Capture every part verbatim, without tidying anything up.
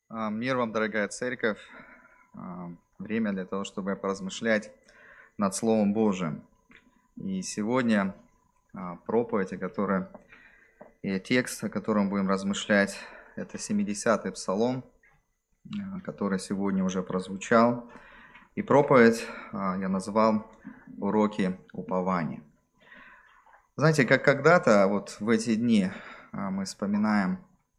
А, Мир вам, дорогая церковь. А, Время для того, чтобы поразмышлять над Словом Божиим. И сегодня а, проповедь, о которой, и текст, о котором будем размышлять, это семидесятый Псалом, а, который сегодня уже прозвучал. И проповедь а, я назвал «Уроки упования». Знаете, как когда-то, вот в эти дни а, мы вспоминаем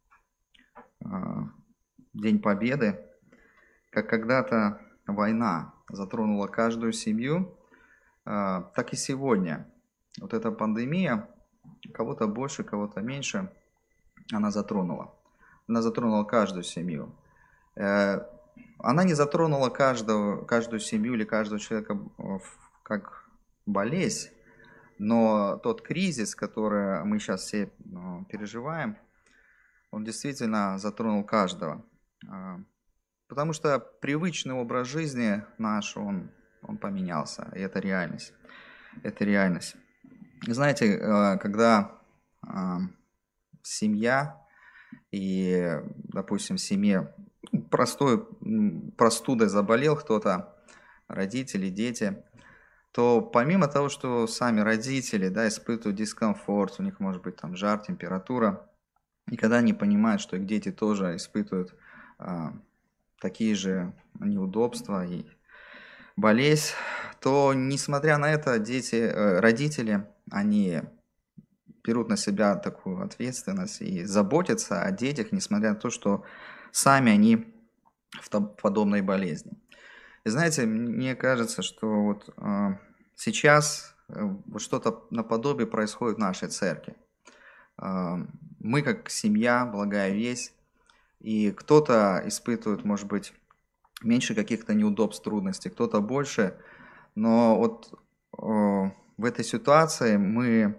а, День Победы, как когда-то война затронула каждую семью, а, так и сегодня. Вот эта пандемия, кого-то больше, кого-то меньше, она затронула. Она затронула каждую семью. Э, Она не затронула каждого, каждую семью или каждого человека э, в- как болезнь, но тот кризис, который мы сейчас все э, переживаем, он действительно затронул каждого. А, Потому что привычный образ жизни наш, он, он поменялся, и это реальность. Это реальность. И знаете, э, когда а, семья и, допустим, в семье ну, простой м, простудой заболел кто-то, родители, дети, то помимо того, что сами родители, да, испытывают дискомфорт, у них может быть там жар, температура, и когда они понимают, что их дети тоже испытывают а, такие же неудобства и болезнь, то, несмотря на это, дети, э, родители, они берут на себя такую ответственность и заботятся о детях, несмотря на то, что сами они в то- подобной болезни. И знаете, мне кажется, что вот э, сейчас э, вот что-то наподобие происходит в нашей церкви. Э, Мы как семья, благая весть, и кто-то испытывает, может быть, меньше каких-то неудобств, трудностей, кто-то больше, но вот э, в этой ситуации мы,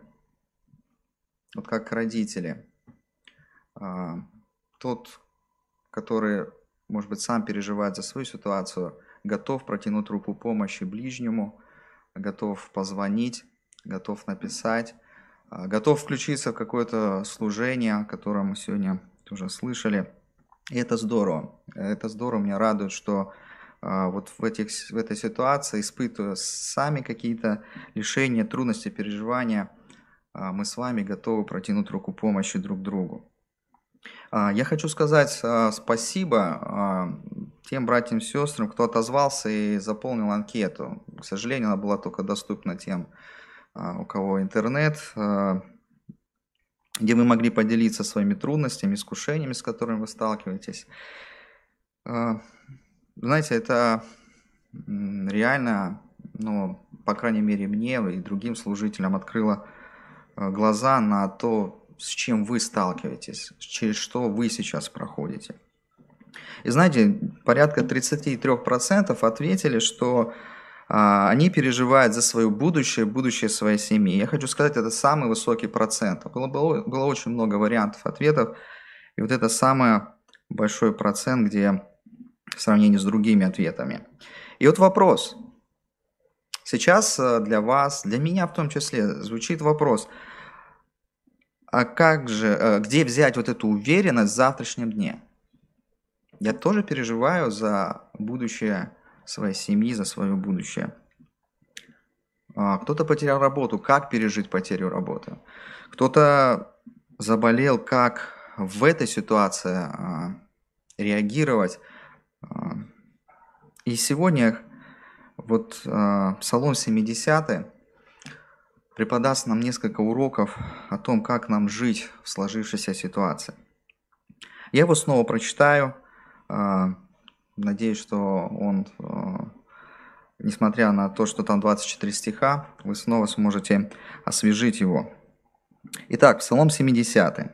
вот как родители, а, тот, который, может быть, сам переживает за свою ситуацию, готов протянуть руку помощи ближнему, готов позвонить, готов написать, а, готов включиться в какое-то служение, о котором мы сегодня уже слышали. И это здорово. Это здорово, меня радует, что а, вот в, этих, в этой ситуации, испытывая сами какие-то лишения, трудности, переживания, а, мы с вами готовы протянуть руку помощи друг другу. А, Я хочу сказать а, спасибо а, тем братьям и сестрам, кто отозвался и заполнил анкету. К сожалению, она была только доступна тем, а, у кого интернет, а, где вы могли поделиться своими трудностями, искушениями, с которыми вы сталкиваетесь. А, Знаете, это м, реально, ну, по крайней мере, мне и другим служителям открыло а, глаза на то, с чем вы сталкиваетесь, через что вы сейчас проходите. И знаете, порядка тридцать три процентов ответили, что а, они переживают за свое будущее, будущее своей семьи. Я хочу сказать, это самый высокий процент. Было, было, было очень много вариантов ответов, и вот это самый большой процент, где в сравнении с другими ответами. И вот вопрос. Сейчас э, для вас, для меня в том числе, звучит вопрос, а как же, э, где взять вот эту уверенность в завтрашнем дне? Я тоже переживаю за будущее своей семьи, за свое будущее. А, Кто-то потерял работу, как пережить потерю работы? Кто-то заболел, как в этой ситуации а, реагировать? А, И сегодня вот а, Псалом семидесятый преподаст нам несколько уроков о том, как нам жить в сложившейся ситуации. Я его снова прочитаю. а, Надеюсь, что он, а, несмотря на то, что там двадцать четыре стиха, вы снова сможете освежить его. Итак, Псалом семидесятый.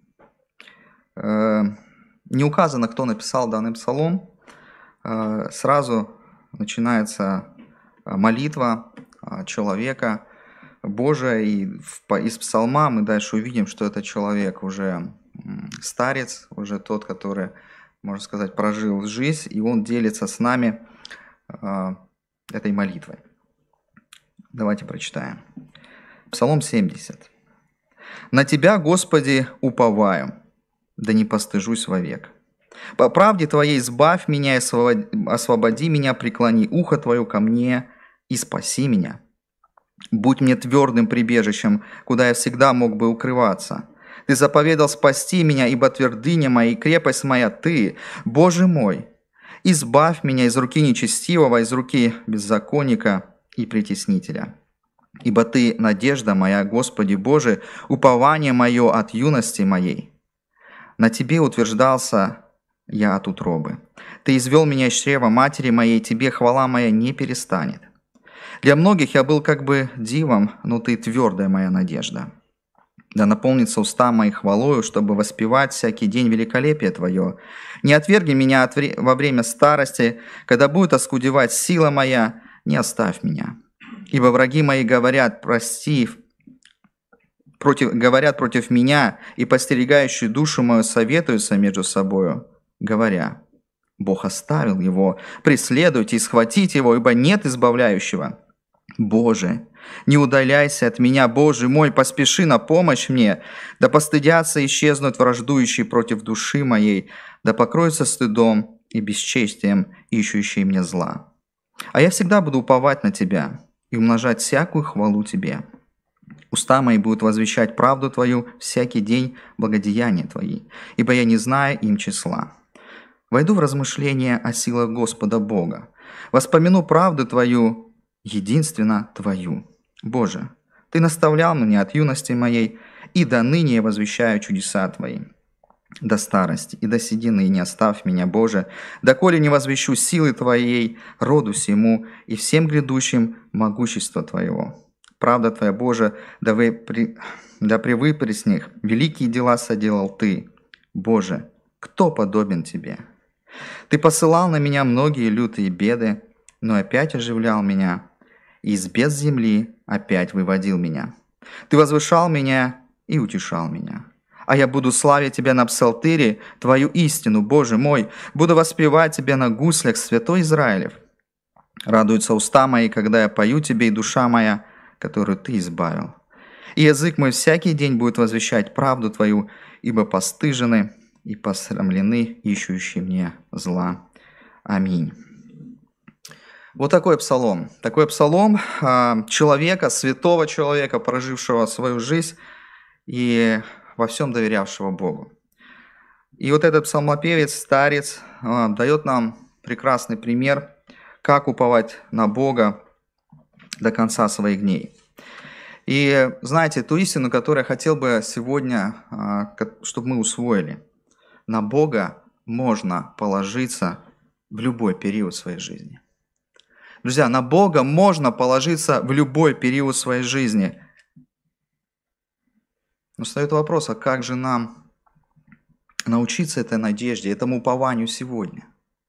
Э, Не указано, кто написал данный псалом. Э, Сразу начинается э, молитва э, человека Божия, и в- по- из псалма мы дальше увидим, что этот человек уже м, старец, уже тот, который, можно сказать, прожил жизнь, и он делится с нами э, этой молитвой. Давайте прочитаем. Псалом семьдесят. «На Тебя, Господи, уповаю, да не постыжусь вовек. По правде Твоей избавь меня и освободи, освободи меня, преклони ухо Твое ко мне и спаси меня. Будь мне твердым прибежищем, куда я всегда мог бы укрываться. Ты заповедал спасти меня, ибо твердыня моя и крепость моя Ты, Боже мой. Избавь меня из руки нечестивого, из руки беззаконника и притеснителя. Ибо Ты, надежда моя, Господи Боже, упование мое от юности моей. На Тебе утверждался я от утробы. Ты извел меня из чрева матери моей, Тебе хвала моя не перестанет. Для многих я был как бы дивом, но Ты твердая моя надежда. Да наполнится уста мои хвалою, чтобы воспевать всякий день великолепие Твое. Не отвергни меня от вре- во время старости, когда будет оскудевать сила моя, не оставь меня. Ибо враги мои говорят, прости, против, говорят против меня, и постерегающие душу мою советуются между собою, говоря, Бог оставил его, преследуйте и схватите его, ибо нет избавляющего. Боже, не удаляйся от меня, Боже мой, поспеши на помощь мне, да постыдятся и исчезнут враждующие против души моей, да покроются стыдом и бесчестием, ищущие мне зла. А я всегда буду уповать на Тебя и умножать всякую хвалу Тебе. Уста мои будут возвещать правду Твою всякий день благодеяния Твои, ибо я не знаю им числа. Войду в размышления о силах Господа Бога, воспомяну правду Твою, единственно Твою. Боже, Ты наставлял меня от юности моей, и до ныне я возвещаю чудеса Твои. До старости и до седины не оставь меня, Боже, доколе не возвещу силы Твоей, роду сему и всем грядущим могущество Твоего. Правда Твоя, Боже, да, вы при... да превыпри с них, великие дела соделал Ты. Боже, кто подобен Тебе? Ты посылал на меня многие лютые беды, но опять оживлял меня, и из без земли опять выводил меня. Ты возвышал меня и утешал меня. А я буду славить Тебя на псалтыре, Твою истину, Боже мой, буду воспевать Тебя на гуслях, святой Израилев. Радуются уста мои, когда я пою Тебе, и душа моя, которую Ты избавил. И язык мой всякий день будет возвещать правду Твою, ибо постыжены и посрамлены ищущие мне зла. Аминь. Вот такой псалом. Такой псалом человека, святого человека, прожившего свою жизнь и во всем доверявшего Богу. И вот этот псалмопевец, старец, дает нам прекрасный пример, как уповать на Бога до конца своих дней. И знаете, ту истину, которую я хотел бы сегодня, чтобы мы усвоили. На Бога можно положиться в любой период своей жизни. Друзья, на Бога можно положиться в любой период своей жизни. Но встает вопрос, а как же нам научиться этой надежде, этому упованию сегодня?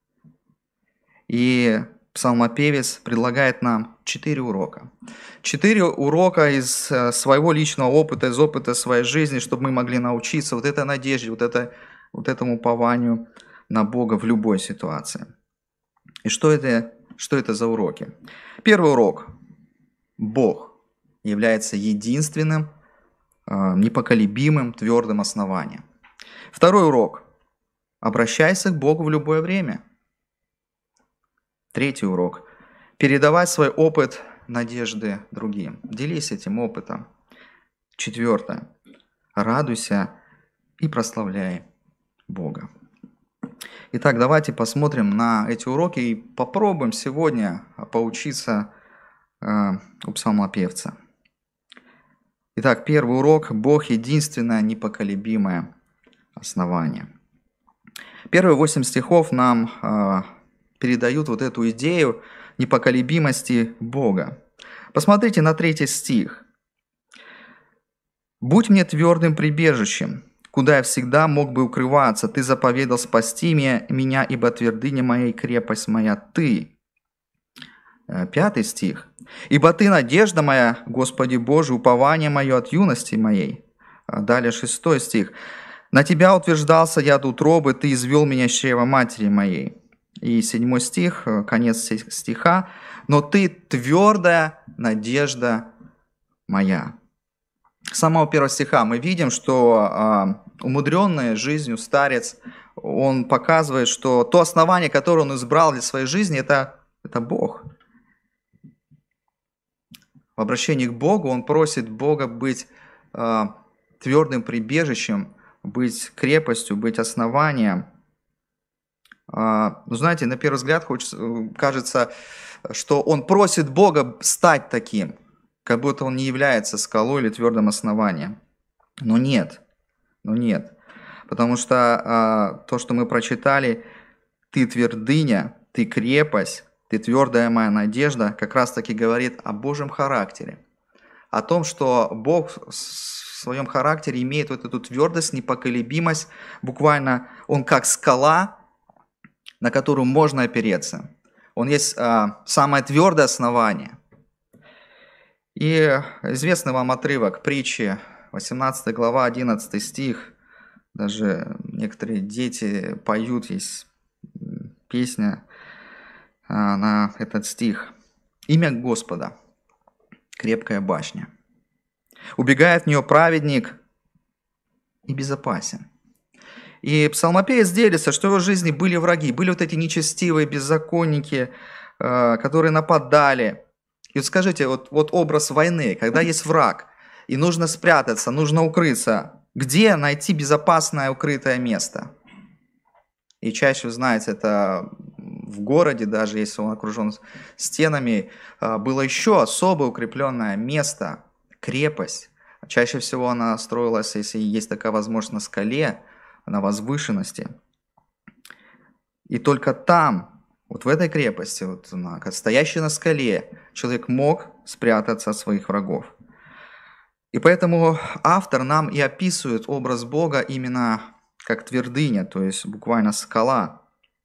И псалмопевец предлагает нам четыре урока. Четыре урока из своего личного опыта, из опыта своей жизни, чтобы мы могли научиться вот этой надежде, вот, это, вот этому упованию на Бога в любой ситуации. И что это, что это за уроки? Первый урок. Бог является единственным, непоколебимым, твердым основанием. Второй урок. Обращайся к Богу в любое время. Третий урок. Передавай свой опыт надежды другим. Делись этим опытом. Четвертое. Радуйся и прославляй Бога. Итак, давайте посмотрим на эти уроки и попробуем сегодня поучиться э, у псалмопевца. Итак, первый урок. Бог единственное непоколебимое основание. Первые восемь стихов нам э, передают вот эту идею непоколебимости Бога. Посмотрите на третий стих. «Будь мне твердым прибежищем, куда я всегда мог бы укрываться. Ты заповедал спасти меня, ибо твердыня моя и крепость моя Ты». Пятый стих. «Ибо Ты надежда моя, Господи Боже, упование мое от юности моей». Далее шестой стих. «На Тебя утверждался я от утробы, Ты извел меня с чрева матери моей». И седьмой стих, конец стиха. «Но Ты твердая надежда моя». С самого первого стиха мы видим, что умудренный жизнью старец, он показывает, что то основание, которое он избрал для своей жизни, это, это Бог. В обращении к Богу он просит Бога быть э, твердым прибежищем, быть крепостью, быть основанием. Э, ну, знаете, на первый взгляд хочется, кажется, что он просит Бога стать таким, как будто он не является скалой или твердым основанием. Но нет, но нет. Потому что э, то, что мы прочитали, ты твердыня, ты крепость, ты твердая моя надежда, как раз таки говорит о Божьем характере. О том, что Бог в своем характере имеет вот эту твердость, непоколебимость. Буквально он как скала, на которую можно опереться. Он есть э, самое твердое основание. И известный вам отрывок притчи, восемнадцатая глава, одиннадцатый стих. Даже некоторые дети поют, есть песня на этот стих. Имя Господа – крепкая башня. Убегает в нее праведник и безопасен. И псалмопевец делится, что в его жизни были враги, были вот эти нечестивые беззаконники, которые нападали. И вот скажите, вот, вот образ войны, когда есть враг, и нужно спрятаться, нужно укрыться. Где найти безопасное укрытое место? И чаще, вы знаете, это в городе, даже если он окружен стенами, было еще особое укрепленное место, крепость. Чаще всего она строилась, если есть такая возможность, на скале, на возвышенности. И только там, вот в этой крепости, вот, стоящей на скале, человек мог спрятаться от своих врагов. И поэтому автор нам и описывает образ Бога именно как твердыня, то есть буквально скала,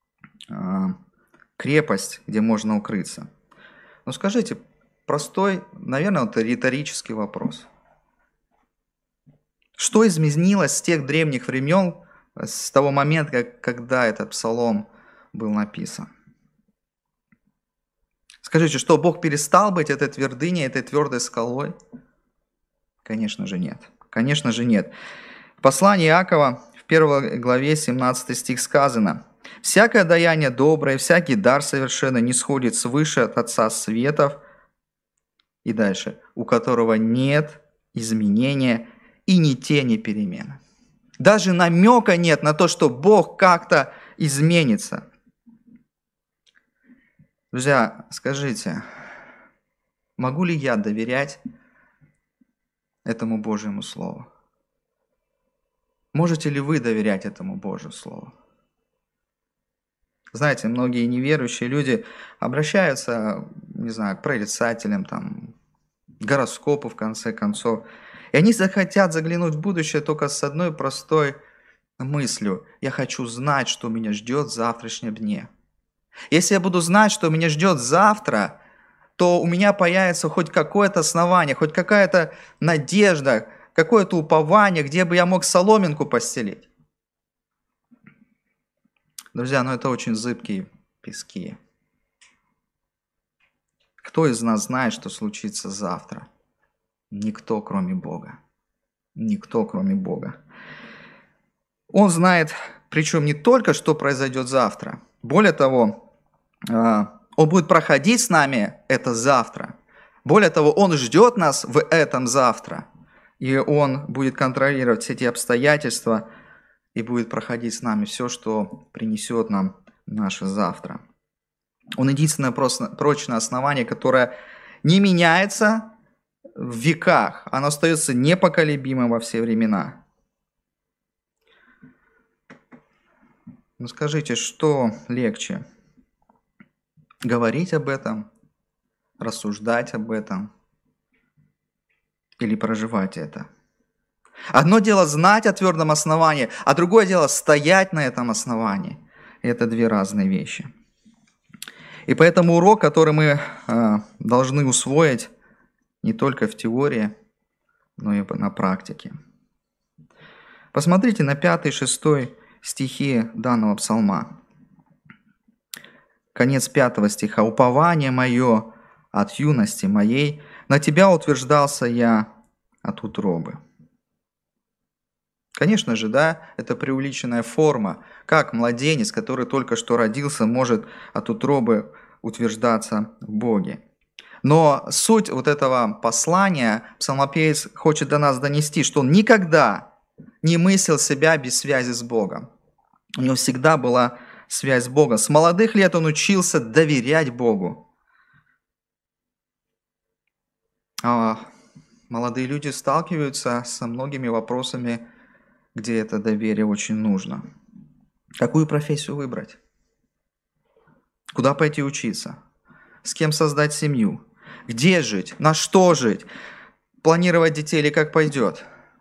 крепость, где можно укрыться. Но скажите, простой, наверное, это риторический вопрос. Что изменилось с тех древних времен, с того момента, когда этот псалом был написан? Скажите, что Бог перестал быть этой твердыней, этой твердой скалой? Конечно же нет. Конечно же нет. В послании Иакова в первой главе семнадцатый стих сказано: «Всякое даяние доброе, всякий дар совершенный не сходит свыше от Отца светов». И дальше. «У которого нет изменения и ни тени перемены». Даже намека нет на то, что Бог как-то изменится. Друзья, скажите, могу ли я доверять этому Божьему Слову? Можете ли вы доверять этому Божьему Слову? Знаете, многие неверующие люди обращаются, не знаю, к прорицателям, там, к гороскопу, в конце концов. И они захотят заглянуть в будущее только с одной простой мыслью. Я хочу знать, что меня ждет в завтрашнем дне. Если я буду знать, что меня ждет завтра, то у меня появится хоть какое-то основание, хоть какая-то надежда, какое-то упование, где бы я мог соломинку постелить. Друзья, ну это очень зыбкие пески. Кто из нас знает, что случится завтра? Никто, кроме Бога. Никто, кроме Бога. Он знает, причем не только, что произойдет завтра. Более того, Он будет проходить с нами это завтра. Более того, Он ждет нас в этом завтра. И Он будет контролировать все эти обстоятельства и будет проходить с нами все, что принесет нам наше завтра. Он единственное прочное основание, которое не меняется в веках. Оно остается непоколебимым во все времена. Ну скажите, что легче? Говорить об этом, рассуждать об этом или проживать это? Одно дело знать о твердом основании, а другое дело стоять на этом основании. Это две разные вещи. И поэтому урок, который мы э, должны усвоить не только в теории, но и на практике. Посмотрите на пятый и шестой стихи данного псалма. Конец пятого стиха. «Упование мое от юности моей, на тебя утверждался я от утробы». Конечно же, да, это преувеличенная форма. Как младенец, который только что родился, может от утробы утверждаться в Боге. Но суть вот этого послания псалмопевец хочет до нас донести, что он никогда не мыслил себя без связи с Богом. У него всегда была связь с Богом. С молодых лет он учился доверять Богу. А молодые люди сталкиваются со многими вопросами, где это доверие очень нужно. Какую профессию выбрать? Куда пойти учиться? С кем создать семью? Где жить? На что жить? Планировать детей или как пойдет?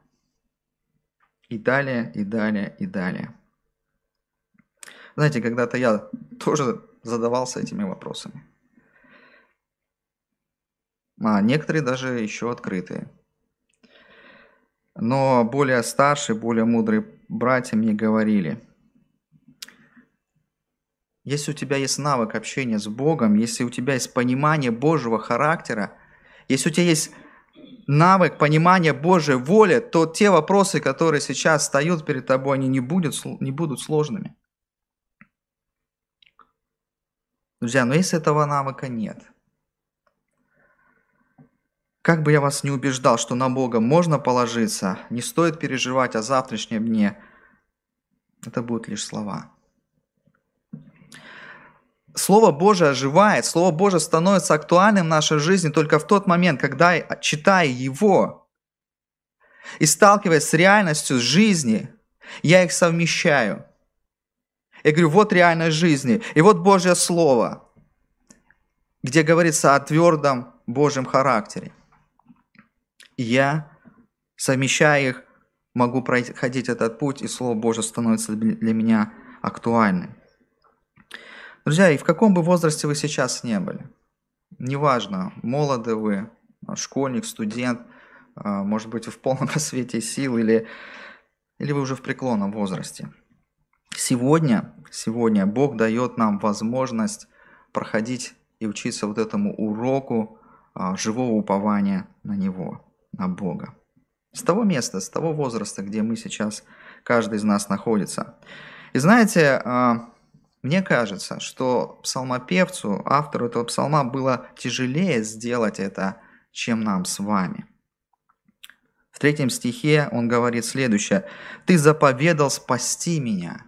И далее, и далее, и далее. Знаете, когда-то я тоже задавался этими вопросами. А некоторые даже еще открытые. Но более старшие, более мудрые братья мне говорили: если у тебя есть навык общения с Богом, если у тебя есть понимание Божьего характера, если у тебя есть навык понимания Божьей воли, то те вопросы, которые сейчас встают перед тобой, они не будут, не будут сложными. Друзья, но если этого навыка нет, как бы я вас не убеждал, что на Бога можно положиться, не стоит переживать о завтрашнем дне, это будут лишь слова. Слово Божие оживает, Слово Божие становится актуальным в нашей жизни только в тот момент, когда, читая его и сталкиваясь с реальностью жизни, я их совмещаю. Я говорю, вот реальность жизни, и вот Божье Слово, где говорится о твердом Божьем характере. И я, совмещая их, могу проходить этот путь, и Слово Божье становится для меня актуальным. Друзья, и в каком бы возрасте вы сейчас не были, неважно, молоды вы, школьник, студент, может быть, вы в полном рассвете сил или, или вы уже в преклонном возрасте. Сегодня, сегодня Бог дает нам возможность проходить и учиться вот этому уроку живого упования на Него, на Бога. С того места, с того возраста, где мы сейчас, каждый из нас находится. И знаете, мне кажется, что псалмопевцу, автору этого псалма, было тяжелее сделать это, чем нам с вами. В третьем стихе он говорит следующее: «Ты заповедал спасти меня».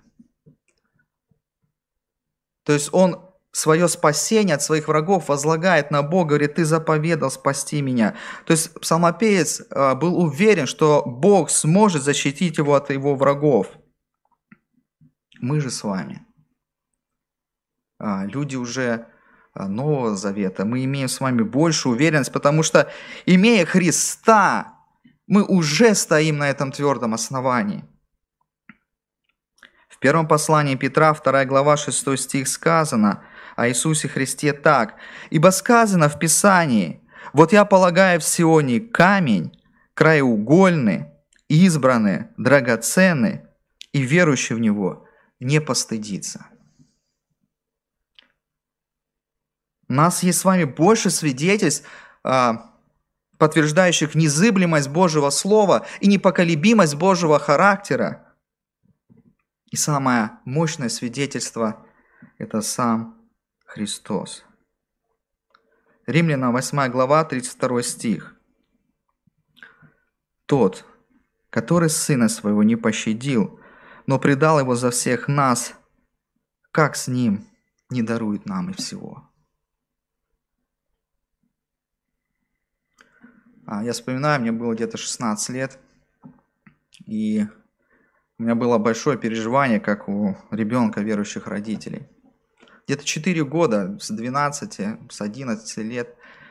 То есть он свое спасение от своих врагов возлагает на Бога, говорит: «Ты заповедал спасти меня». То есть псалмопевец был уверен, что Бог сможет защитить его от его врагов. Мы же с вами, люди уже Нового Завета, мы имеем с вами большую уверенность, потому что, имея Христа, мы уже стоим на этом твердом основании. В первом послании Петра, вторая глава, шестой стих сказано о Иисусе Христе так: «Ибо сказано в Писании: вот я полагаю в Сионе камень, краеугольный, избранный, драгоценный, и верующий в Него не постыдится». У нас есть с вами больше свидетельств, подтверждающих незыблемость Божьего Слова и непоколебимость Божьего характера. И самое мощное свидетельство – это сам Христос. Римлянам восьмая глава, тридцать второй стих. «Тот, который Сына Своего не пощадил, но предал Его за всех нас, как с Ним не дарует нам и всего». Я вспоминаю, мне было где-то шестнадцать лет, и у меня было большое переживание, как у ребенка верующих родителей. Где-то четыре года, с двенадцати, с одиннадцати лет,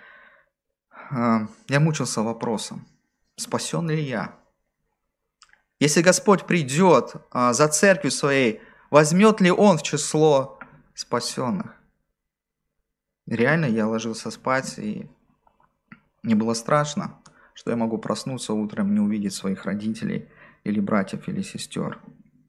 я мучился вопросом: спасен ли я? Если Господь придет за церковью своей, возьмет ли Он в число спасенных? Реально я ложился спать, и мне было страшно, что я могу проснуться утром, не увидеть своих родителей или братьев, или сестер.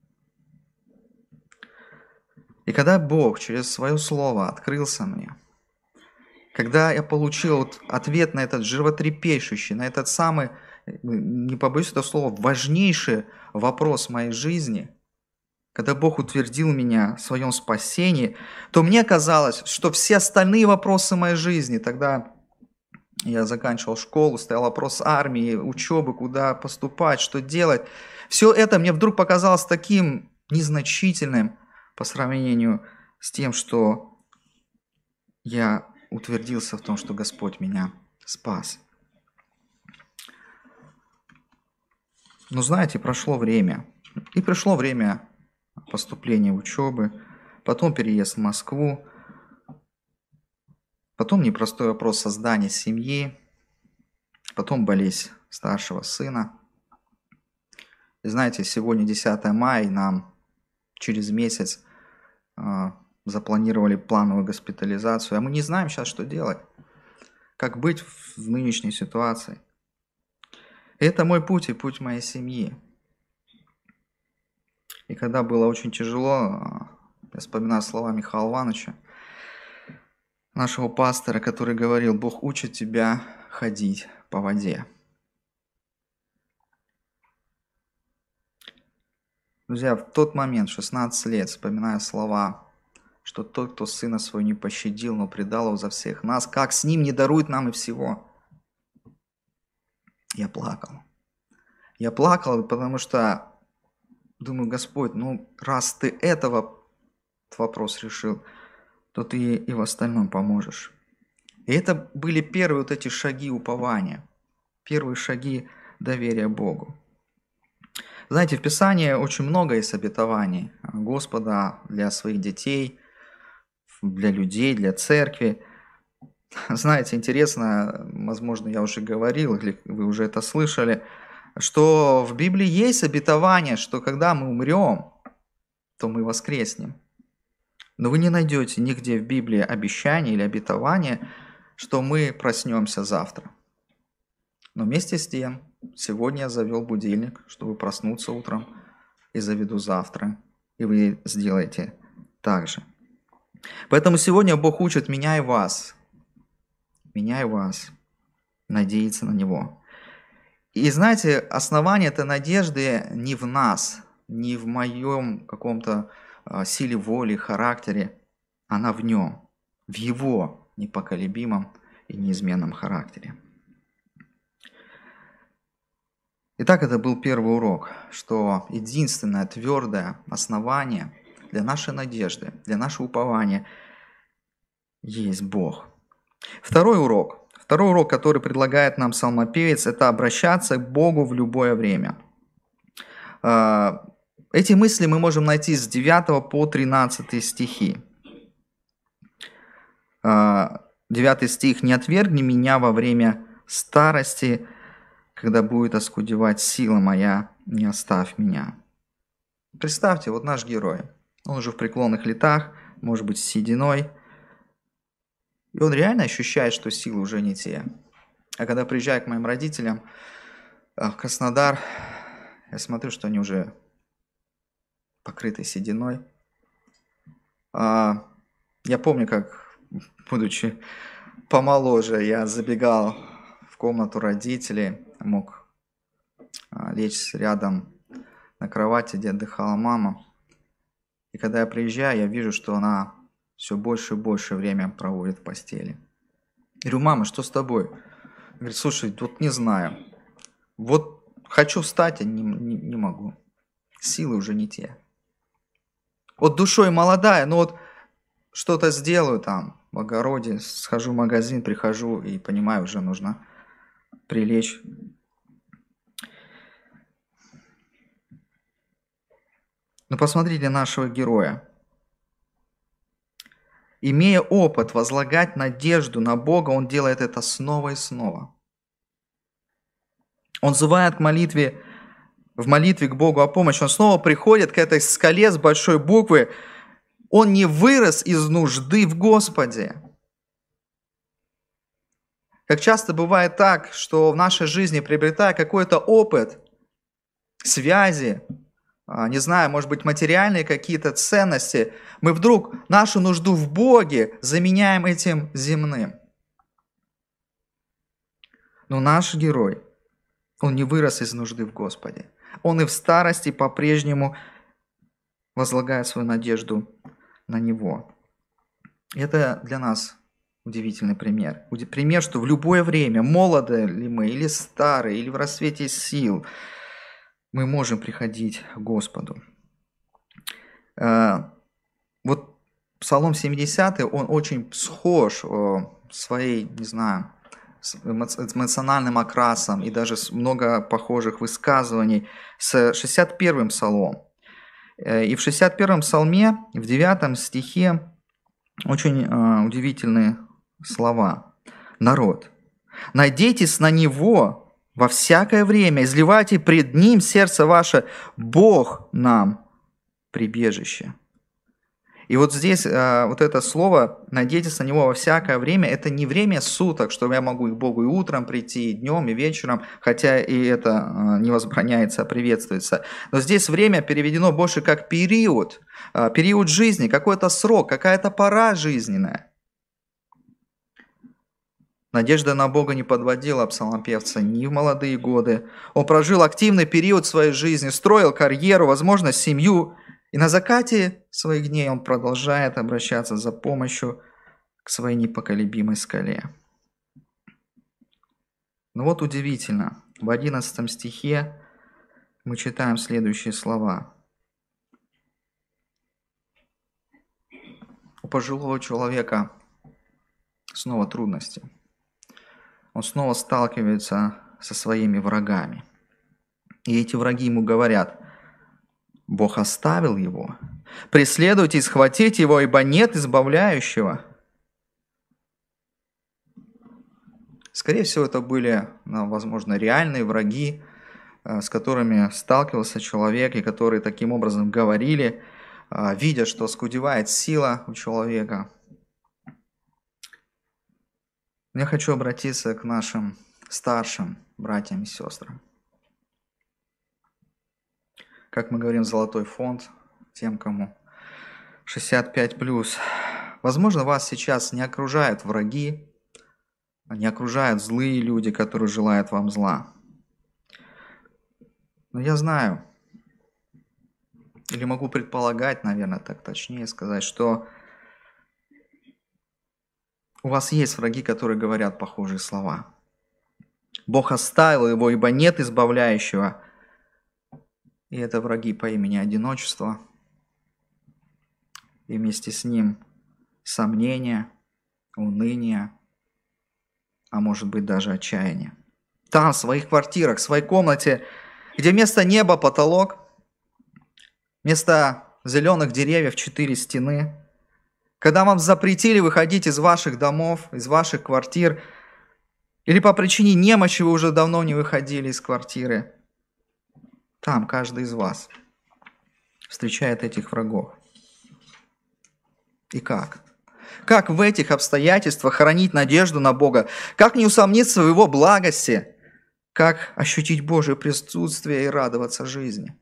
И когда Бог через свое слово открылся мне, когда я получил ответ на этот животрепещущий, на этот самый не побоюсь этого слова, важнейший вопрос моей жизни, когда Бог утвердил меня в своем спасении, то мне казалось, что все остальные вопросы моей жизни, тогда я заканчивал школу, стоял вопрос армии, учебы, куда поступать, что делать, все это мне вдруг показалось таким незначительным по сравнению с тем, что я утвердился в том, что Господь меня спас. Но знаете, прошло время, и пришло время поступления в учебы, потом переезд в Москву, потом непростой вопрос создания семьи, потом болезнь старшего сына. И знаете, сегодня десятое мая, и нам через месяц э, запланировали плановую госпитализацию, а мы не знаем сейчас, что делать, как быть в нынешней ситуации. И это мой путь и путь моей семьи. И когда было очень тяжело, я вспоминаю слова Михаила Ивановича, нашего пастора, который говорил: Бог учит тебя ходить по воде. Друзья, в тот момент, в шестнадцать лет, вспоминая слова, что тот, кто сына своего не пощадил, но предал его за всех нас, как с ним не дарует нам и всего. Я плакал. Я плакал, потому что думаю: Господь, ну раз ты этого вопрос решил, то ты и в остальном поможешь. И это были первые вот эти шаги упования, первые шаги доверия Богу. Знаете, в Писании очень много есть обетований Господа для своих детей, для людей, для церкви. Знаете, интересно, возможно, я уже говорил, или вы уже это слышали, что в Библии есть обетование, что когда мы умрем, то мы воскреснем. Но вы не найдете нигде в Библии обещания или обетования, что мы проснемся завтра. Но вместе с тем, сегодня я завел будильник, чтобы проснуться утром, и заведу завтра, и вы сделаете так же. Поэтому сегодня Бог учит меня и вас, меня и вас надеяться на Него. И знаете, основание этой надежды не в нас, не в моем каком-то силе воли, характере, она в Нем, в Его непоколебимом и неизменном характере. Итак, это был первый урок, что единственное твердое основание для нашей надежды, для нашего упования есть Бог. Второй урок. Второй урок, который предлагает нам псалмопевец, это обращаться к Богу в любое время. Эти мысли мы можем найти с девятого по тринадцатый стихи. девятый стих. «Не отвергни меня во время старости, когда будет оскудевать сила моя, не оставь меня». Представьте, вот наш герой. Он уже в преклонных летах, может быть, с сединой. И он реально ощущает, что силы уже не те. А когда приезжаю к моим родителям в Краснодар, я смотрю, что они уже покрыты сединой. Я помню, как, будучи помоложе, я забегал в комнату родителей, мог лечь рядом на кровати, где отдыхала мама. И когда я приезжаю, я вижу, что она все больше и больше время проводит в постели. Я говорю: мама, что с тобой? Она говорит: слушай, вот не знаю. Вот хочу встать, а не, не, не могу. Силы уже не те. Вот душой молодая, но вот что-то сделаю там в огороде, схожу в магазин, прихожу и понимаю, уже нужно прилечь. Но посмотрите нашего героя. Имея опыт возлагать надежду на Бога, он делает это снова и снова. Он взывает к молитве, в молитве к Богу о помощи. Он снова приходит к этой скале с большой буквы. Он не вырос из нужды в Господе. Как часто бывает так, что в нашей жизни, приобретая какой-то опыт, связи, не знаю, может быть, материальные какие-то ценности, мы вдруг нашу нужду в Боге заменяем этим земным. Но наш герой Он не вырос из нужды в Господе. Он и в старости по-прежнему возлагает свою надежду на Него. Это для нас удивительный пример. Пример, что в любое время, молоды ли мы, или старые, или в расцвете сил, мы можем приходить к Господу. Вот Псалом семидесятый, он очень схож своей, не знаю, с эмоциональным окрасом и даже много похожих высказываний с шестьдесят первым псалом. И в шестьдесят первом псалме, в девятом стихе, очень э, удивительные слова. Народ, надейтесь на Него во всякое время, изливайте пред Ним сердце ваше, Бог нам прибежище. И вот здесь э, вот это слово «надейтесь на Него во всякое время» – это не время суток, что я могу к Богу и утром прийти, и днем, и вечером, хотя и это э, не возбраняется, а приветствуется. Но здесь время переведено больше как период, э, период жизни, какой-то срок, какая-то пора жизненная. Надежда на Бога не подводила псалмопевца ни в молодые годы. Он прожил активный период своей жизни, строил карьеру, возможно, семью. И на закате своих дней он продолжает обращаться за помощью к своей непоколебимой скале. Но вот удивительно, в одиннадцатом стихе мы читаем следующие слова. У пожилого человека снова трудности. Он снова сталкивается со своими врагами. И эти враги ему говорят: Бог оставил его. Преследуйте и схватите его, ибо нет избавляющего. Скорее всего, это были, возможно, реальные враги, с которыми сталкивался человек, и которые таким образом говорили, видя, что оскудевает сила у человека. Я хочу обратиться к нашим старшим братьям и сестрам. Как мы говорим, золотой фонд тем, кому шестьдесят пять плюс. Возможно, вас сейчас не окружают враги, не окружают злые люди, которые желают вам зла. Но я знаю, или могу предполагать, наверное, так точнее сказать, что у вас есть враги, которые говорят похожие слова. Бог оставил его, ибо нет избавляющего. И это враги по имени одиночество. И вместе с ним сомнения, уныние, а может быть даже отчаяние. Там, в своих квартирах, в своей комнате, где вместо неба потолок, вместо зеленых деревьев четыре стены, когда вам запретили выходить из ваших домов, из ваших квартир, или по причине немощи вы уже давно не выходили из квартиры, там каждый из вас встречает этих врагов. И как? Как в этих обстоятельствах хранить надежду на Бога? Как не усомниться в Его благости? Как ощутить Божье присутствие и радоваться жизни?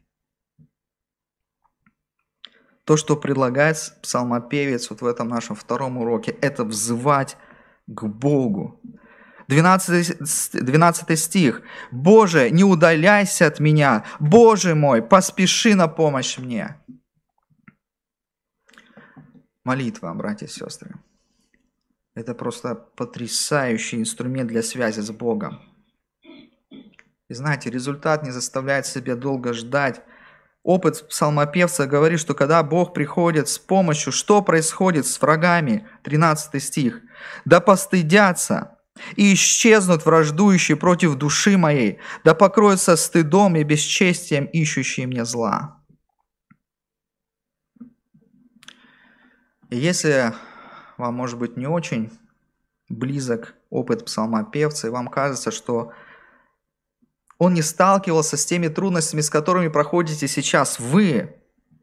То, что предлагает псалмопевец вот в этом нашем втором уроке, это взывать к Богу. двенадцатый, двенадцатый стих. «Боже, не удаляйся от меня! Боже мой, поспеши на помощь мне!» Молитва, братья и сестры. Это просто потрясающий инструмент для связи с Богом. И знаете, результат не заставляет себя долго ждать. Опыт псалмопевца говорит, что когда Бог приходит с помощью, что происходит с врагами? тринадцатый стих. «Да постыдятся и исчезнут враждующие против души моей, да покроются стыдом и бесчестием ищущие мне зла». И если вам, может быть, не очень близок опыт псалмопевца, и вам кажется, что он не сталкивался с теми трудностями, с которыми проходите сейчас вы,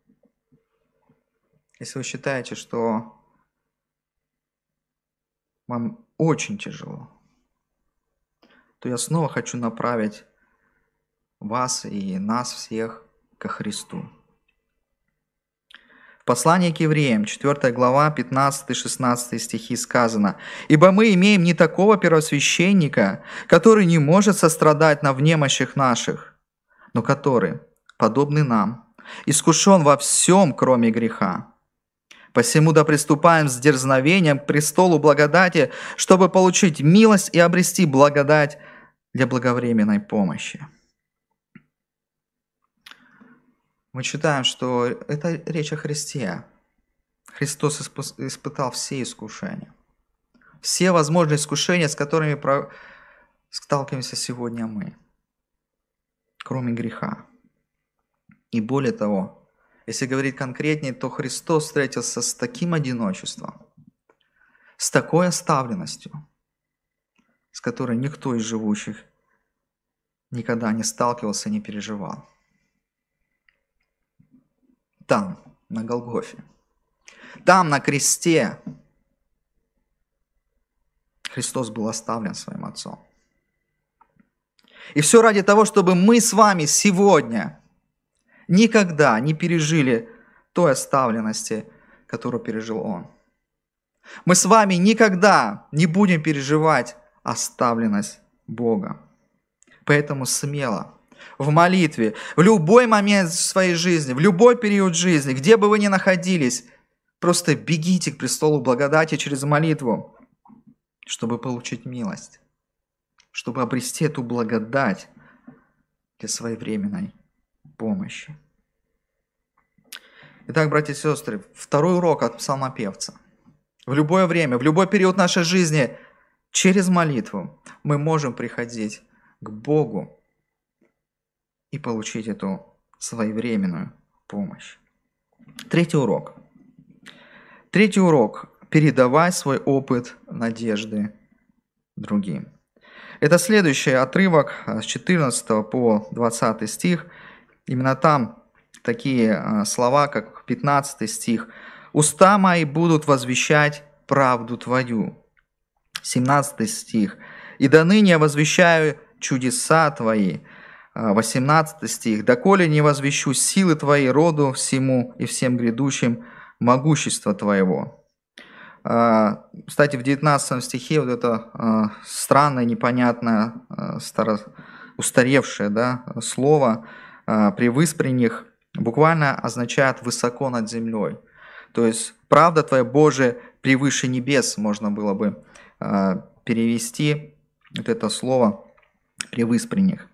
если вы считаете, что вам очень тяжело, то я снова хочу направить вас и нас всех ко Христу. В послании к евреям, четвёртая глава, пятнадцатый-шестнадцатый стихи сказано: «Ибо мы имеем не такого первосвященника, который не может сострадать нам в немощах наших, но который, подобный нам, искушен во всем, кроме греха. Посему да приступаем с дерзновением к престолу благодати, чтобы получить милость и обрести благодать для благовременной помощи». Мы читаем, что это речь о Христе. Христос испытал все искушения. Все возможные искушения, с которыми сталкиваемся сегодня мы, кроме греха. И более того, если говорить конкретнее, то Христос встретился с таким одиночеством, с такой оставленностью, с которой никто из живущих никогда не сталкивался, не переживал. Там, на Голгофе, там, на кресте, Христос был оставлен своим Отцом. И все ради того, чтобы мы с вами сегодня никогда не пережили той оставленности, которую пережил Он. Мы с вами никогда не будем переживать оставленность Бога. Поэтому смело, в молитве, в любой момент своей жизни, в любой период жизни, где бы вы ни находились, просто бегите к престолу благодати через молитву, чтобы получить милость, чтобы обрести эту благодать для своевременной помощи. Итак, братья и сестры, второй урок от псалмопевца. В любое время, в любой период нашей жизни, через молитву мы можем приходить к Богу и получить эту своевременную помощь. Третий урок. Третий урок. Передавай свой опыт надежды другим. Это следующий отрывок с четырнадцатого по двадцатый стих. Именно там такие слова, как пятнадцатый стих. «Уста мои будут возвещать правду Твою». семнадцатый стих. «И доныне я возвещаю чудеса Твои». восемнадцатый стих. «Доколе не возвещу силы Твои роду всему и всем грядущим могущество Твоего». Кстати, в девятнадцатом стихе вот это странное, непонятное, старо, устаревшее, да, слово «превыспренних» буквально означает «высоко над землей». То есть «правда Твоя, Божия, превыше небес» можно было бы перевести вот это слово «превыспренних».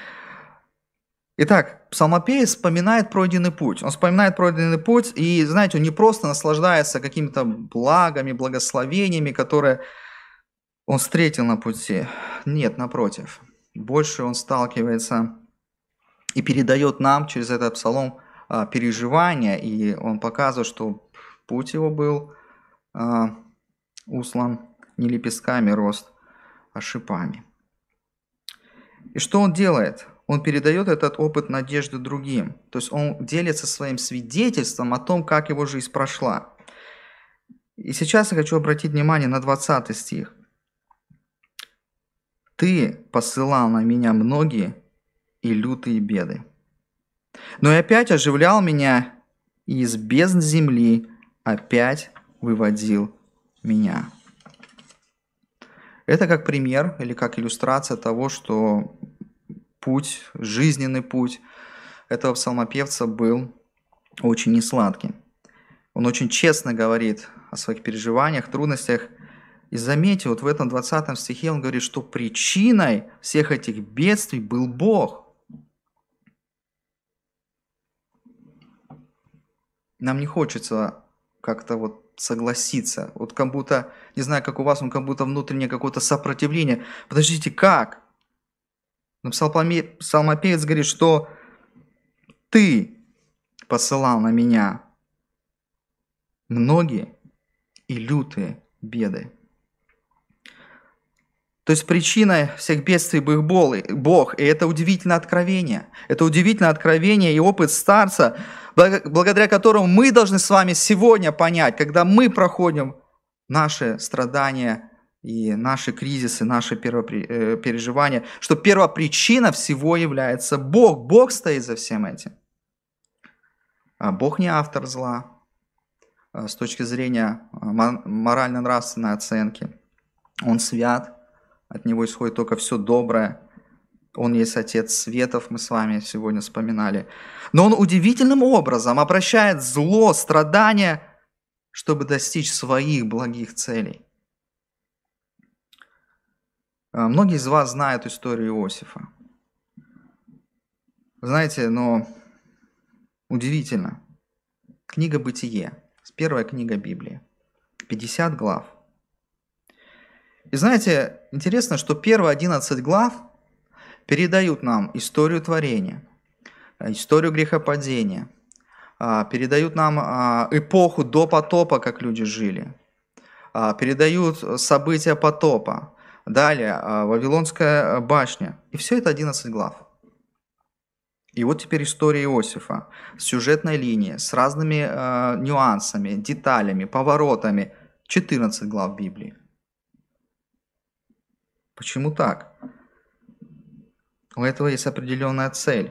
Итак, псалмопевец вспоминает пройденный путь. Он вспоминает пройденный путь, и, знаете, он не просто наслаждается какими-то благами, благословениями, которые он встретил на пути. Нет, напротив. Больше он сталкивается и передает нам через этот псалом переживания, и он показывает, что путь его был услан не лепестками рост, а шипами. И что он делает? Он передает этот опыт надежды другим. То есть он делится своим свидетельством о том, как его жизнь прошла. И сейчас я хочу обратить внимание на двадцатый стих. «Ты посылал на меня многие и лютые беды, но и опять оживлял меня, и из бездн земли опять выводил меня». Это как пример или как иллюстрация того, что путь, жизненный путь этого псалмопевца был очень несладким. Он очень честно говорит о своих переживаниях, трудностях. И заметьте, вот в этом двадцатом стихе он говорит, что причиной всех этих бедствий был Бог. Нам не хочется как-то вот согласиться. Вот как будто, не знаю, как у вас, но как будто внутреннее какое-то сопротивление. Подождите, как? Но псалмопевец говорит, что ты посылал на меня многие и лютые беды. То есть причиной всех бедствий был Бог. И это удивительное откровение. Это удивительное откровение и опыт старца, благодаря которому мы должны с вами сегодня понять, когда мы проходим наши страдания и наши кризисы, наши переживания, что первопричина всего является Бог. Бог стоит за всем этим. А Бог не автор зла. с точки зрения морально-нравственной оценки. Он свят, от Него исходит только все доброе. Он есть Отец светов, мы с вами сегодня вспоминали. Но Он удивительным образом обращает зло, страдания, чтобы достичь своих благих целей. Многие из вас знают историю Иосифа. Знаете, но удивительно. Книга «Бытие», первая книга Библии, пятьдесят глав. И знаете, интересно, что первые одиннадцать глав передают нам историю творения, историю грехопадения, передают нам эпоху до потопа, как люди жили, передают события потопа, далее Вавилонская башня. И все это одиннадцать глав. И вот теперь история Иосифа с сюжетной линией, с разными э, нюансами, деталями, поворотами. четырнадцать глав Библии. Почему так? У этого есть определенная цель.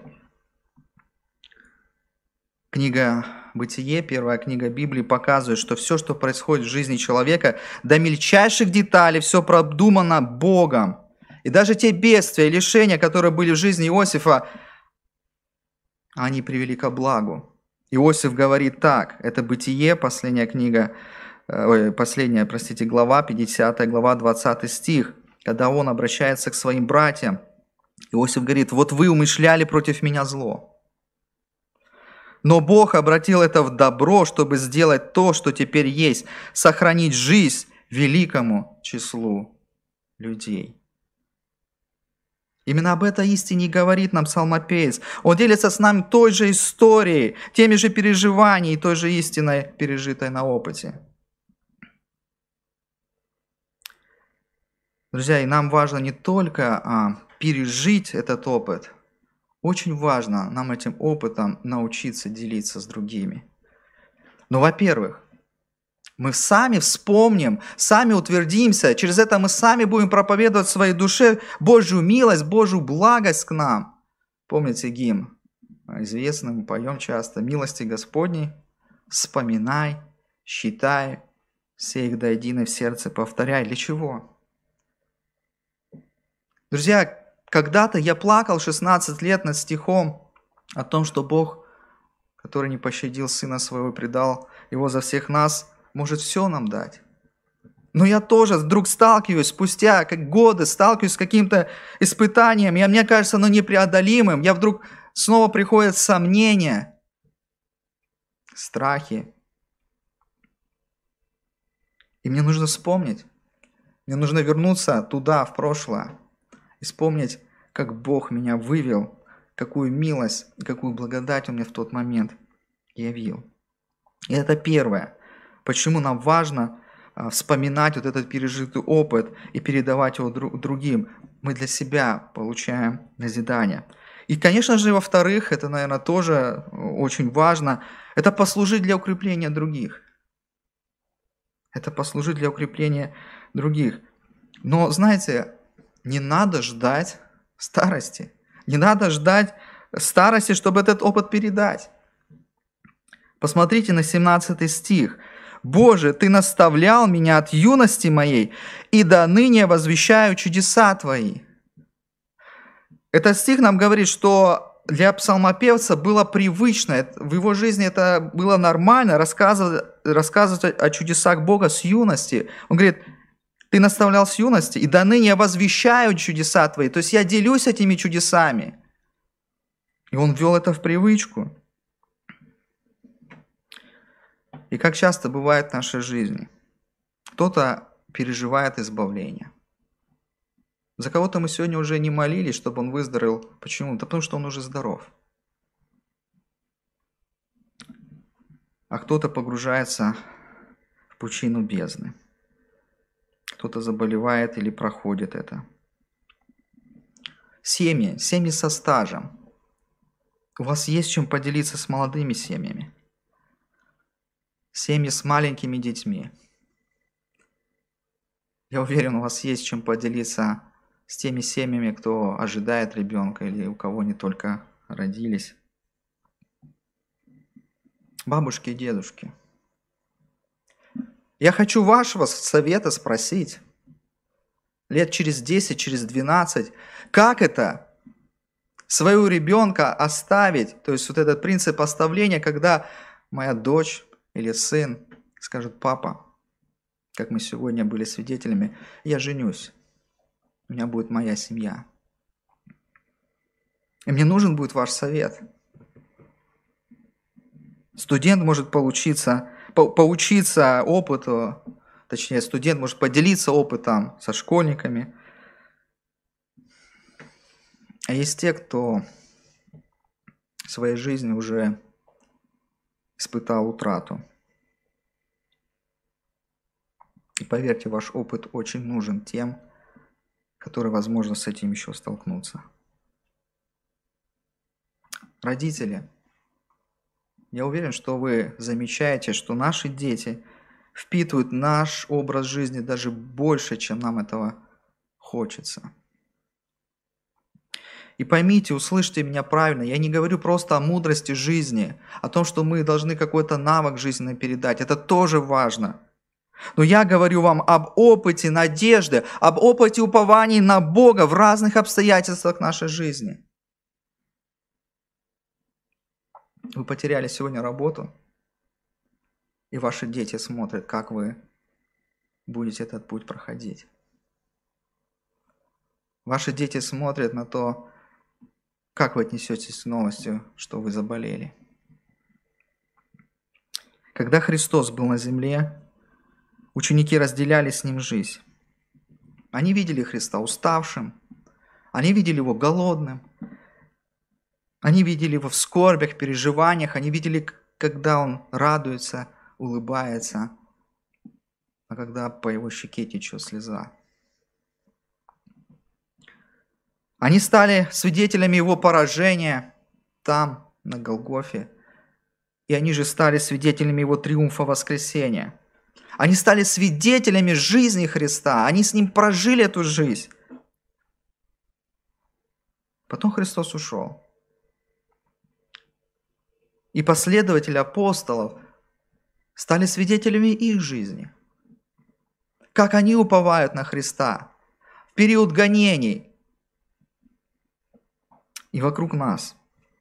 Книга «Бытие», первая книга Библии, показывает, что все, что происходит в жизни человека, до мельчайших деталей, все продумано Богом. И даже те бедствия и лишения, которые были в жизни Иосифа, они привели ко благу. Иосиф говорит так, это «Бытие», последняя книга, ой, последняя, простите, глава, пятидесятая глава, двадцатый стих, когда он обращается к своим братьям. Иосиф говорит: «Вот вы умышляли против меня зло, но Бог обратил это в добро, чтобы сделать то, что теперь есть, сохранить жизнь великому числу людей». Именно об этой истине говорит нам псалмопевец. Он делится с нами той же историей, теми же переживаниями, той же истиной, пережитой на опыте. Друзья, и нам важно не только а, пережить этот опыт, очень важно нам этим опытом научиться делиться с другими. Но, во-первых, мы сами вспомним, сами утвердимся, через это мы сами будем проповедовать в своей душе Божью милость, Божью благость к нам. Помните гимн известный, мы поем часто: «Милости Господней вспоминай, считай, все их до единой в сердце повторяй». Для чего? Друзья, когда-то я плакал шестнадцать лет над стихом о том, что Бог, который не пощадил Сына Своего и предал Его за всех нас, может все нам дать. Но я тоже вдруг сталкиваюсь, спустя как годы, сталкиваюсь с каким-то испытанием, и мне кажется, оно непреодолимым. Я вдруг снова приходят сомнения, страхи. И мне нужно вспомнить, мне нужно вернуться туда, в прошлое, и вспомнить, как Бог меня вывел, какую милость, какую благодать Он мне в тот момент явил. И это первое. Почему нам важно вспоминать вот этот пережитый опыт и передавать его другим. Мы для себя получаем назидание. И, конечно же, во-вторых, это, наверное, тоже очень важно, это послужить для укрепления других. Это послужить для укрепления других. Но, знаете, не надо ждать старости. Не надо ждать старости, чтобы этот опыт передать. Посмотрите на семнадцатый стих. «Боже, Ты наставлял меня от юности моей, и до ныне возвещаю чудеса Твои». Этот стих нам говорит, что для псалмопевца было привычно, в его жизни это было нормально рассказывать, рассказывать о чудесах Бога с юности. Он говорит: «Ты наставлял с юности, и до ныне я возвещаю чудеса Твои». То есть я делюсь этими чудесами. И он ввел это в привычку. И как часто бывает в нашей жизни, кто-то переживает избавление. За кого-то мы сегодня уже не молились, чтобы он выздоровел. Почему? Да потому что он уже здоров. А кто-то погружается в пучину бездны. Кто-то заболевает или проходит это. Семьи, семьи со стажем. У вас есть чем поделиться с молодыми семьями. Семьи с маленькими детьми. Я уверен, у вас есть чем поделиться с теми семьями, кто ожидает ребенка или у кого не только родились. Бабушки и дедушки. Я хочу вашего совета спросить, лет через десять, через двенадцать, как это своего ребенка оставить, то есть вот этот принцип оставления, когда моя дочь или сын скажет: папа, как мы сегодня были свидетелями, я женюсь, у меня будет моя семья. И мне нужен будет ваш совет. Студент может поучиться, по, поучиться опыту, точнее, студент может поделиться опытом со школьниками. А есть те, кто в своей жизни уже испытал утрату. И поверьте, ваш опыт очень нужен тем, которые, возможно, с этим еще столкнутся. Родители, я уверен, что вы замечаете, что наши дети впитывают наш образ жизни даже больше, чем нам этого хочется. И поймите, услышьте меня правильно, я не говорю просто о мудрости жизни, о том, что мы должны какой-то навык жизненный передать. Это тоже важно. Но я говорю вам об опыте надежды, об опыте упований на Бога в разных обстоятельствах нашей жизни. Вы потеряли сегодня работу, и ваши дети смотрят, как вы будете этот путь проходить. Ваши дети смотрят на то, как вы отнесетесь к новости, что вы заболели. Когда Христос был на земле, ученики разделяли с Ним жизнь. Они видели Христа уставшим, они видели Его голодным, они видели Его в скорбях, переживаниях, они видели, когда Он радуется, улыбается, а когда по Его щеке течет слеза. Они стали свидетелями Его поражения там, на Голгофе, и они же стали свидетелями Его триумфа воскресения. Они стали свидетелями жизни Христа, они с Ним прожили эту жизнь. Потом Христос ушел. И последователи апостолов стали свидетелями их жизни. Как они уповают на Христа в период гонений. И вокруг нас,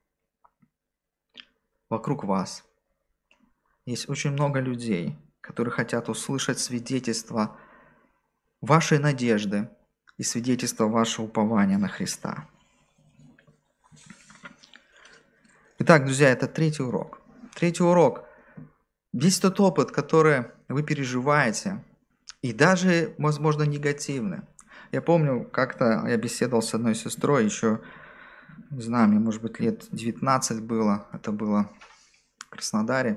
вокруг вас есть очень много людей, которые хотят услышать свидетельство вашей надежды и свидетельство вашего упования на Христа. Итак, друзья, это третий урок. Третий урок. Весь тот опыт, который вы переживаете, и даже, возможно, негативный. Я помню, как-то я беседовал с одной сестрой, еще, не знаю, мне, может быть, лет девятнадцать было, это было в Краснодаре.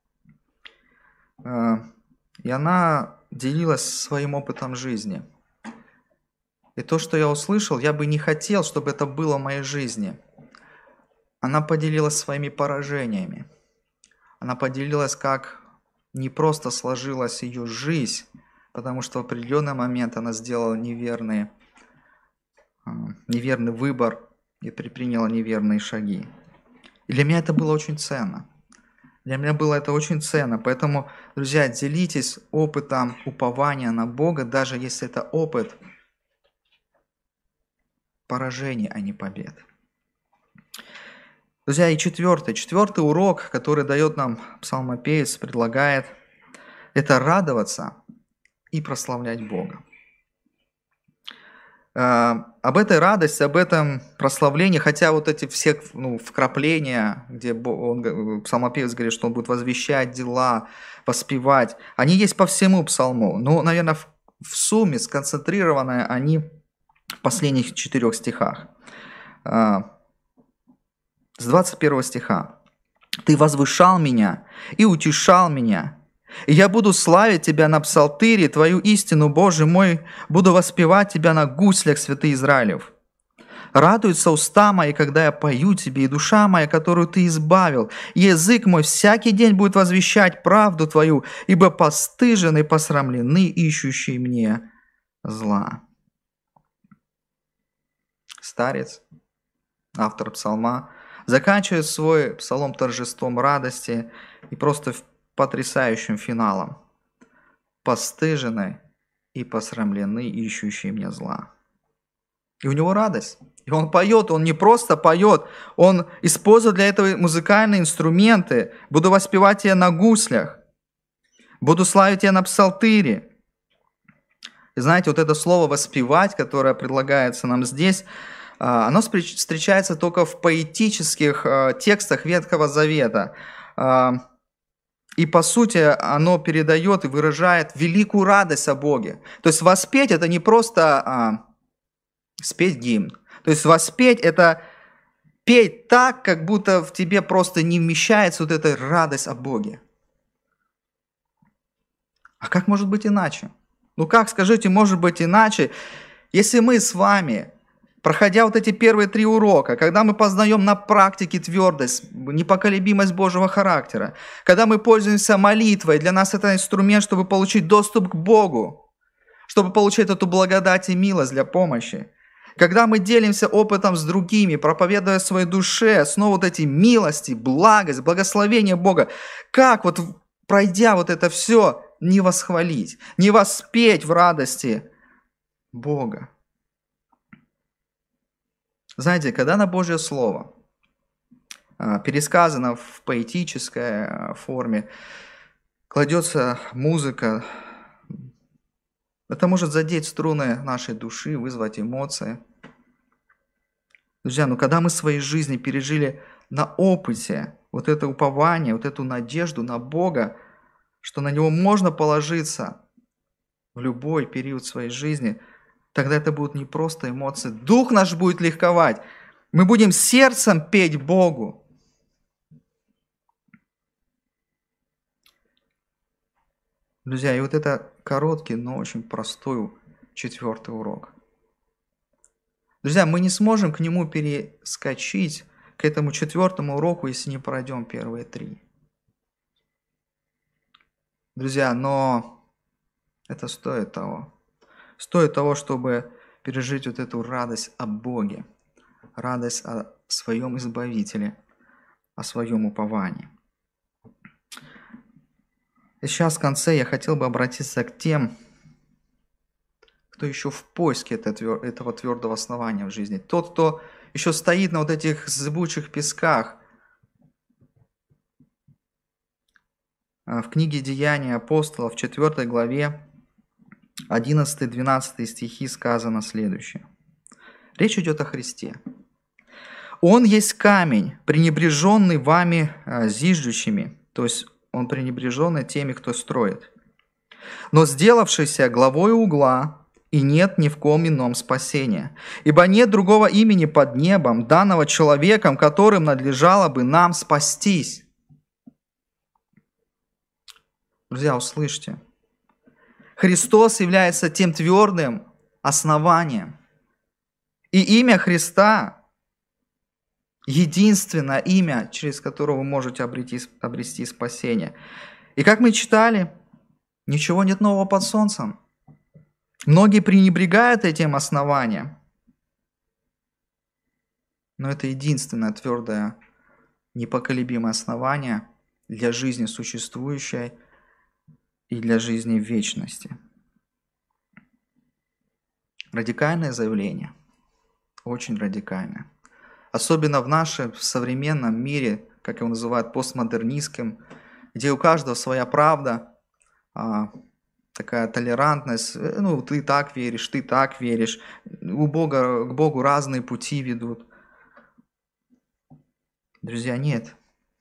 И она делилась своим опытом жизни. И то, что я услышал, я бы не хотел, чтобы это было в моей жизни. Она поделилась своими поражениями. Она поделилась, как не просто сложилась ее жизнь, потому что в определенный момент она сделала неверный, неверный выбор и предприняла неверные шаги. И для меня это было очень ценно. Для меня было это очень ценно. Поэтому, друзья, делитесь опытом упования на Бога, даже если это опыт поражений, а не побед. Друзья, и четвертый, четвертый урок, который дает нам псалмопевец, предлагает, это радоваться и прославлять Бога. Об этой радости, об этом прославлении, хотя вот эти все ну, вкрапления, где он, псалмопевец говорит, что он будет возвещать дела, воспевать, они есть по всему псалму. Но, наверное, в, в сумме сконцентрированы они в последних четырех стихах. С двадцать первого стиха. «Ты возвышал меня и утешал меня, и я буду славить Тебя на псалтыре, Твою истину, Боже мой, буду воспевать Тебя на гуслях, святый Израилев. Радуются уста мои, когда я пою Тебе, и душа моя, которую Ты избавил, и язык мой всякий день будет возвещать правду Твою, ибо постыжены и посрамлены ищущие мне зла». Старец, автор псалма, заканчивает свой псалом торжеством радости и просто потрясающим финалом. постыжены и посрамлены ищущие мне зла». И у него радость. И он поет, он не просто поет, он использует для этого музыкальные инструменты. «Буду воспевать тебя на гуслях, буду славить тебя на псалтыре». И знаете, вот это слово «воспевать», которое предлагается нам здесь, оно встречается только в поэтических текстах Ветхого Завета. И по сути оно передает и выражает великую радость о Боге. То есть воспеть — это не просто спеть гимн. То есть воспеть — это петь так, как будто в тебе просто не вмещается вот эта радость о Боге. А как может быть иначе? Ну как, скажите, может быть иначе, если мы с вами, проходя вот эти первые три урока, когда мы познаем на практике твердость, непоколебимость Божьего характера, когда мы пользуемся молитвой, для нас это инструмент, чтобы получить доступ к Богу, чтобы получить эту благодать и милость для помощи. Когда мы делимся опытом с другими, проповедуя своей душе, снова вот эти милости, благость, благословение Бога, как вот пройдя вот это все, не восхвалить, не воспеть в радости Бога? Знаете, когда на Божье Слово пересказано в поэтической форме, кладется музыка, это может задеть струны нашей души, вызвать эмоции. Друзья, но когда мы в своей жизни пережили на опыте вот это упование, вот эту надежду на Бога, что на Него можно положиться в любой период своей жизни, тогда это будут не просто эмоции. Дух наш будет ликовать. Мы будем сердцем петь Богу. Друзья, и вот это короткий, но очень простой четвертый урок. Друзья, мы не сможем к нему перескочить, к этому четвертому уроку, если не пройдем первые три. Друзья, но это стоит того. Стоит того, чтобы пережить вот эту радость о Боге, радость о своем Избавителе, о своем уповании. И сейчас в конце я хотел бы обратиться к тем, кто еще в поиске этого твердого основания в жизни. Тот, кто еще стоит на вот этих зыбучих песках. В книге «Деяния апостолов» в четвёртой главе одиннадцатый-двенадцатый стихи сказано следующее. Речь идет о Христе. «Он есть камень, пренебреженный вами зиждущими», то есть он пренебреженный теми, кто строит, «но сделавшийся главой угла, и нет ни в ком ином спасения. Ибо нет другого имени под небом, данного человеком, которым надлежало бы нам спастись». Друзья, услышьте. Христос является тем твердым основанием. И имя Христа – единственное имя, через которое вы можете обрети, обрести спасение. И как мы читали, ничего нет нового под солнцем. Многие пренебрегают этим основанием. Но это единственное твердое, непоколебимое основание для жизни существующей и для жизни в вечности. Радикальное заявление. Очень радикальное. Особенно в нашем современном мире, как его называют, постмодернистском, где у каждого своя правда, такая толерантность. Ну, ты так веришь, ты так веришь. У Бога, к Богу разные пути ведут. Друзья, нет.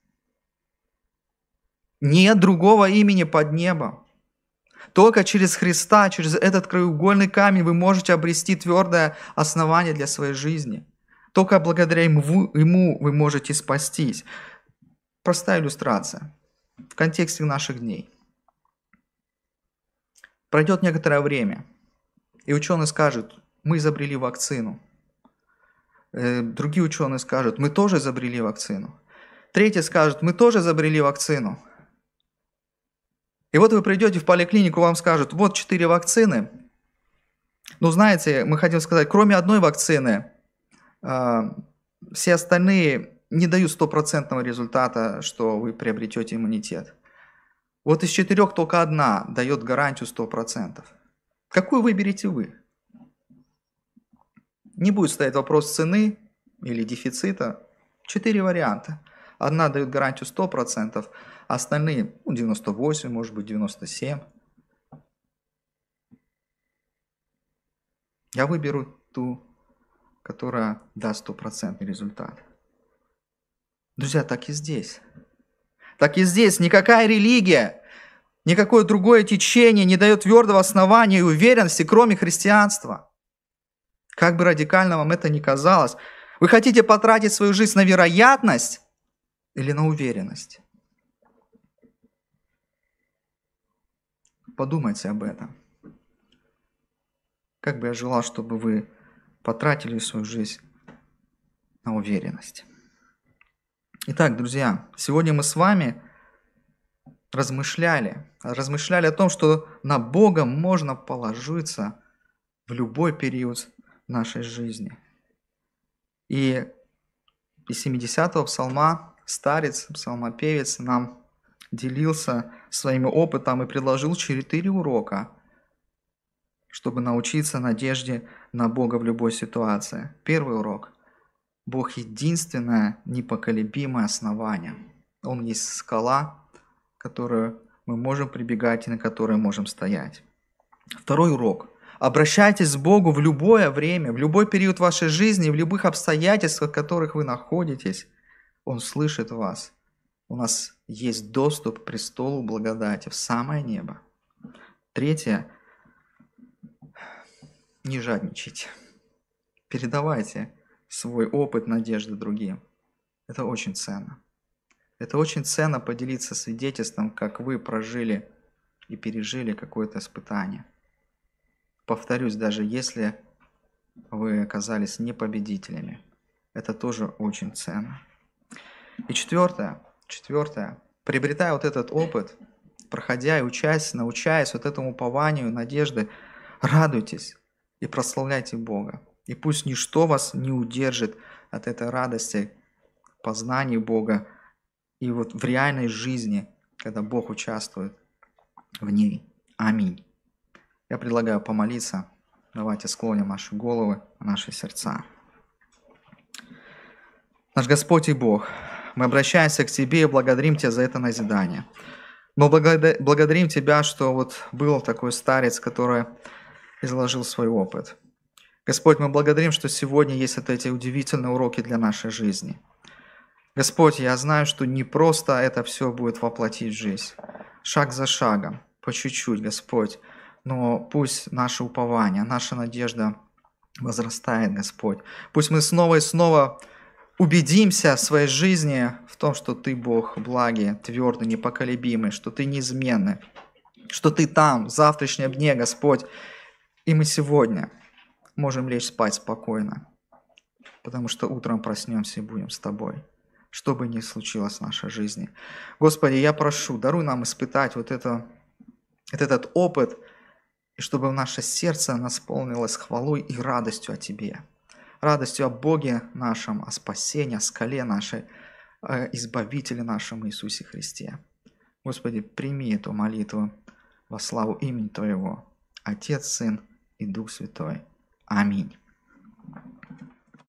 Нет другого имени под небом. Только через Христа, через этот краеугольный камень вы можете обрести твердое основание для своей жизни. Только благодаря ему, ему вы можете спастись. Простая иллюстрация в контексте наших дней. Пройдет некоторое время, и ученые скажут: мы изобрели вакцину. Другие ученые скажут: мы тоже изобрели вакцину. Третьи скажут: мы тоже изобрели вакцину. И вот вы придете в поликлинику, вам скажут: вот четыре вакцины. Ну, знаете, мы хотим сказать, кроме одной вакцины, все остальные не дают стопроцентного результата, что вы приобретете иммунитет. Вот из четырех только одна дает гарантию сто процентов. Какую выберете вы? Не будет стоять вопрос цены или дефицита. Четыре варианта. Одна дает гарантию сто процентов, а остальные ну, девяносто восемь процентов, может быть девяносто семь процентов. Я выберу ту, которая даст стопроцентный результат. Друзья, так и здесь. Так и здесь никакая религия, никакое другое течение не дает твердого основания и уверенности, кроме христианства. Как бы радикально вам это ни казалось, вы хотите потратить свою жизнь на вероятность или на уверенность? Подумайте об этом. Как бы я желал, чтобы вы потратили свою жизнь на уверенность. Итак, друзья, сегодня мы с вами размышляли, размышляли о том, что на Бога можно положиться в любой период нашей жизни. И из семидесятого псалма старец, псалмопевец нам делился своим опытом и предложил четыре урока, чтобы научиться надежде на Бога в любой ситуации. Первый урок. Бог – единственное непоколебимое основание. Он есть скала, к которой мы можем прибегать и на которой можем стоять. Второй урок. Обращайтесь к Богу в любое время, в любой период вашей жизни, в любых обстоятельствах, в которых вы находитесь. Он слышит вас. У нас есть доступ к престолу благодати в самое небо. Третье. Не жадничайте. Передавайте свой опыт надежды другим. Это очень ценно. Это очень ценно поделиться свидетельством, как вы прожили и пережили какое-то испытание. Повторюсь, даже если вы оказались не победителями, это тоже очень ценно. И четвертое, четвертое, приобретая вот этот опыт, проходя и учась, научаясь вот этому упованию, надежды, радуйтесь и прославляйте Бога. И пусть ничто вас не удержит от этой радости, познания Бога и вот в реальной жизни, когда Бог участвует в ней. Аминь. Я предлагаю помолиться. Давайте склоним наши головы, наши сердца. Наш Господь и Бог, мы обращаемся к Тебе и благодарим Тебя за это назидание. Мы благодарим Тебя, что вот был такой старец, который изложил свой опыт. Господь, мы благодарим, что сегодня есть вот эти удивительные уроки для нашей жизни. Господь, я знаю, что не просто это все будет воплотить в жизнь. Шаг за шагом, по чуть-чуть, Господь. Но пусть наше упование, наша надежда возрастает, Господь. Пусть мы снова и снова убедимся в своей жизни в том, что Ты Бог благий, твердый, непоколебимый, что Ты неизменный, что Ты там, в завтрашнем дне, Господь. И мы сегодня можем лечь спать спокойно, потому что утром проснемся и будем с Тобой, что бы ни случилось в нашей жизни. Господи, я прошу, даруй нам испытать вот, это, вот этот опыт, и чтобы наше сердце наполнилось хвалой и радостью о Тебе, радостью о Боге нашем, о спасении, о скале нашей, о Избавителе нашем Иисусе Христе. Господи, прими эту молитву во славу имени Твоего, Отец, Сын и Дух Святой. Аминь.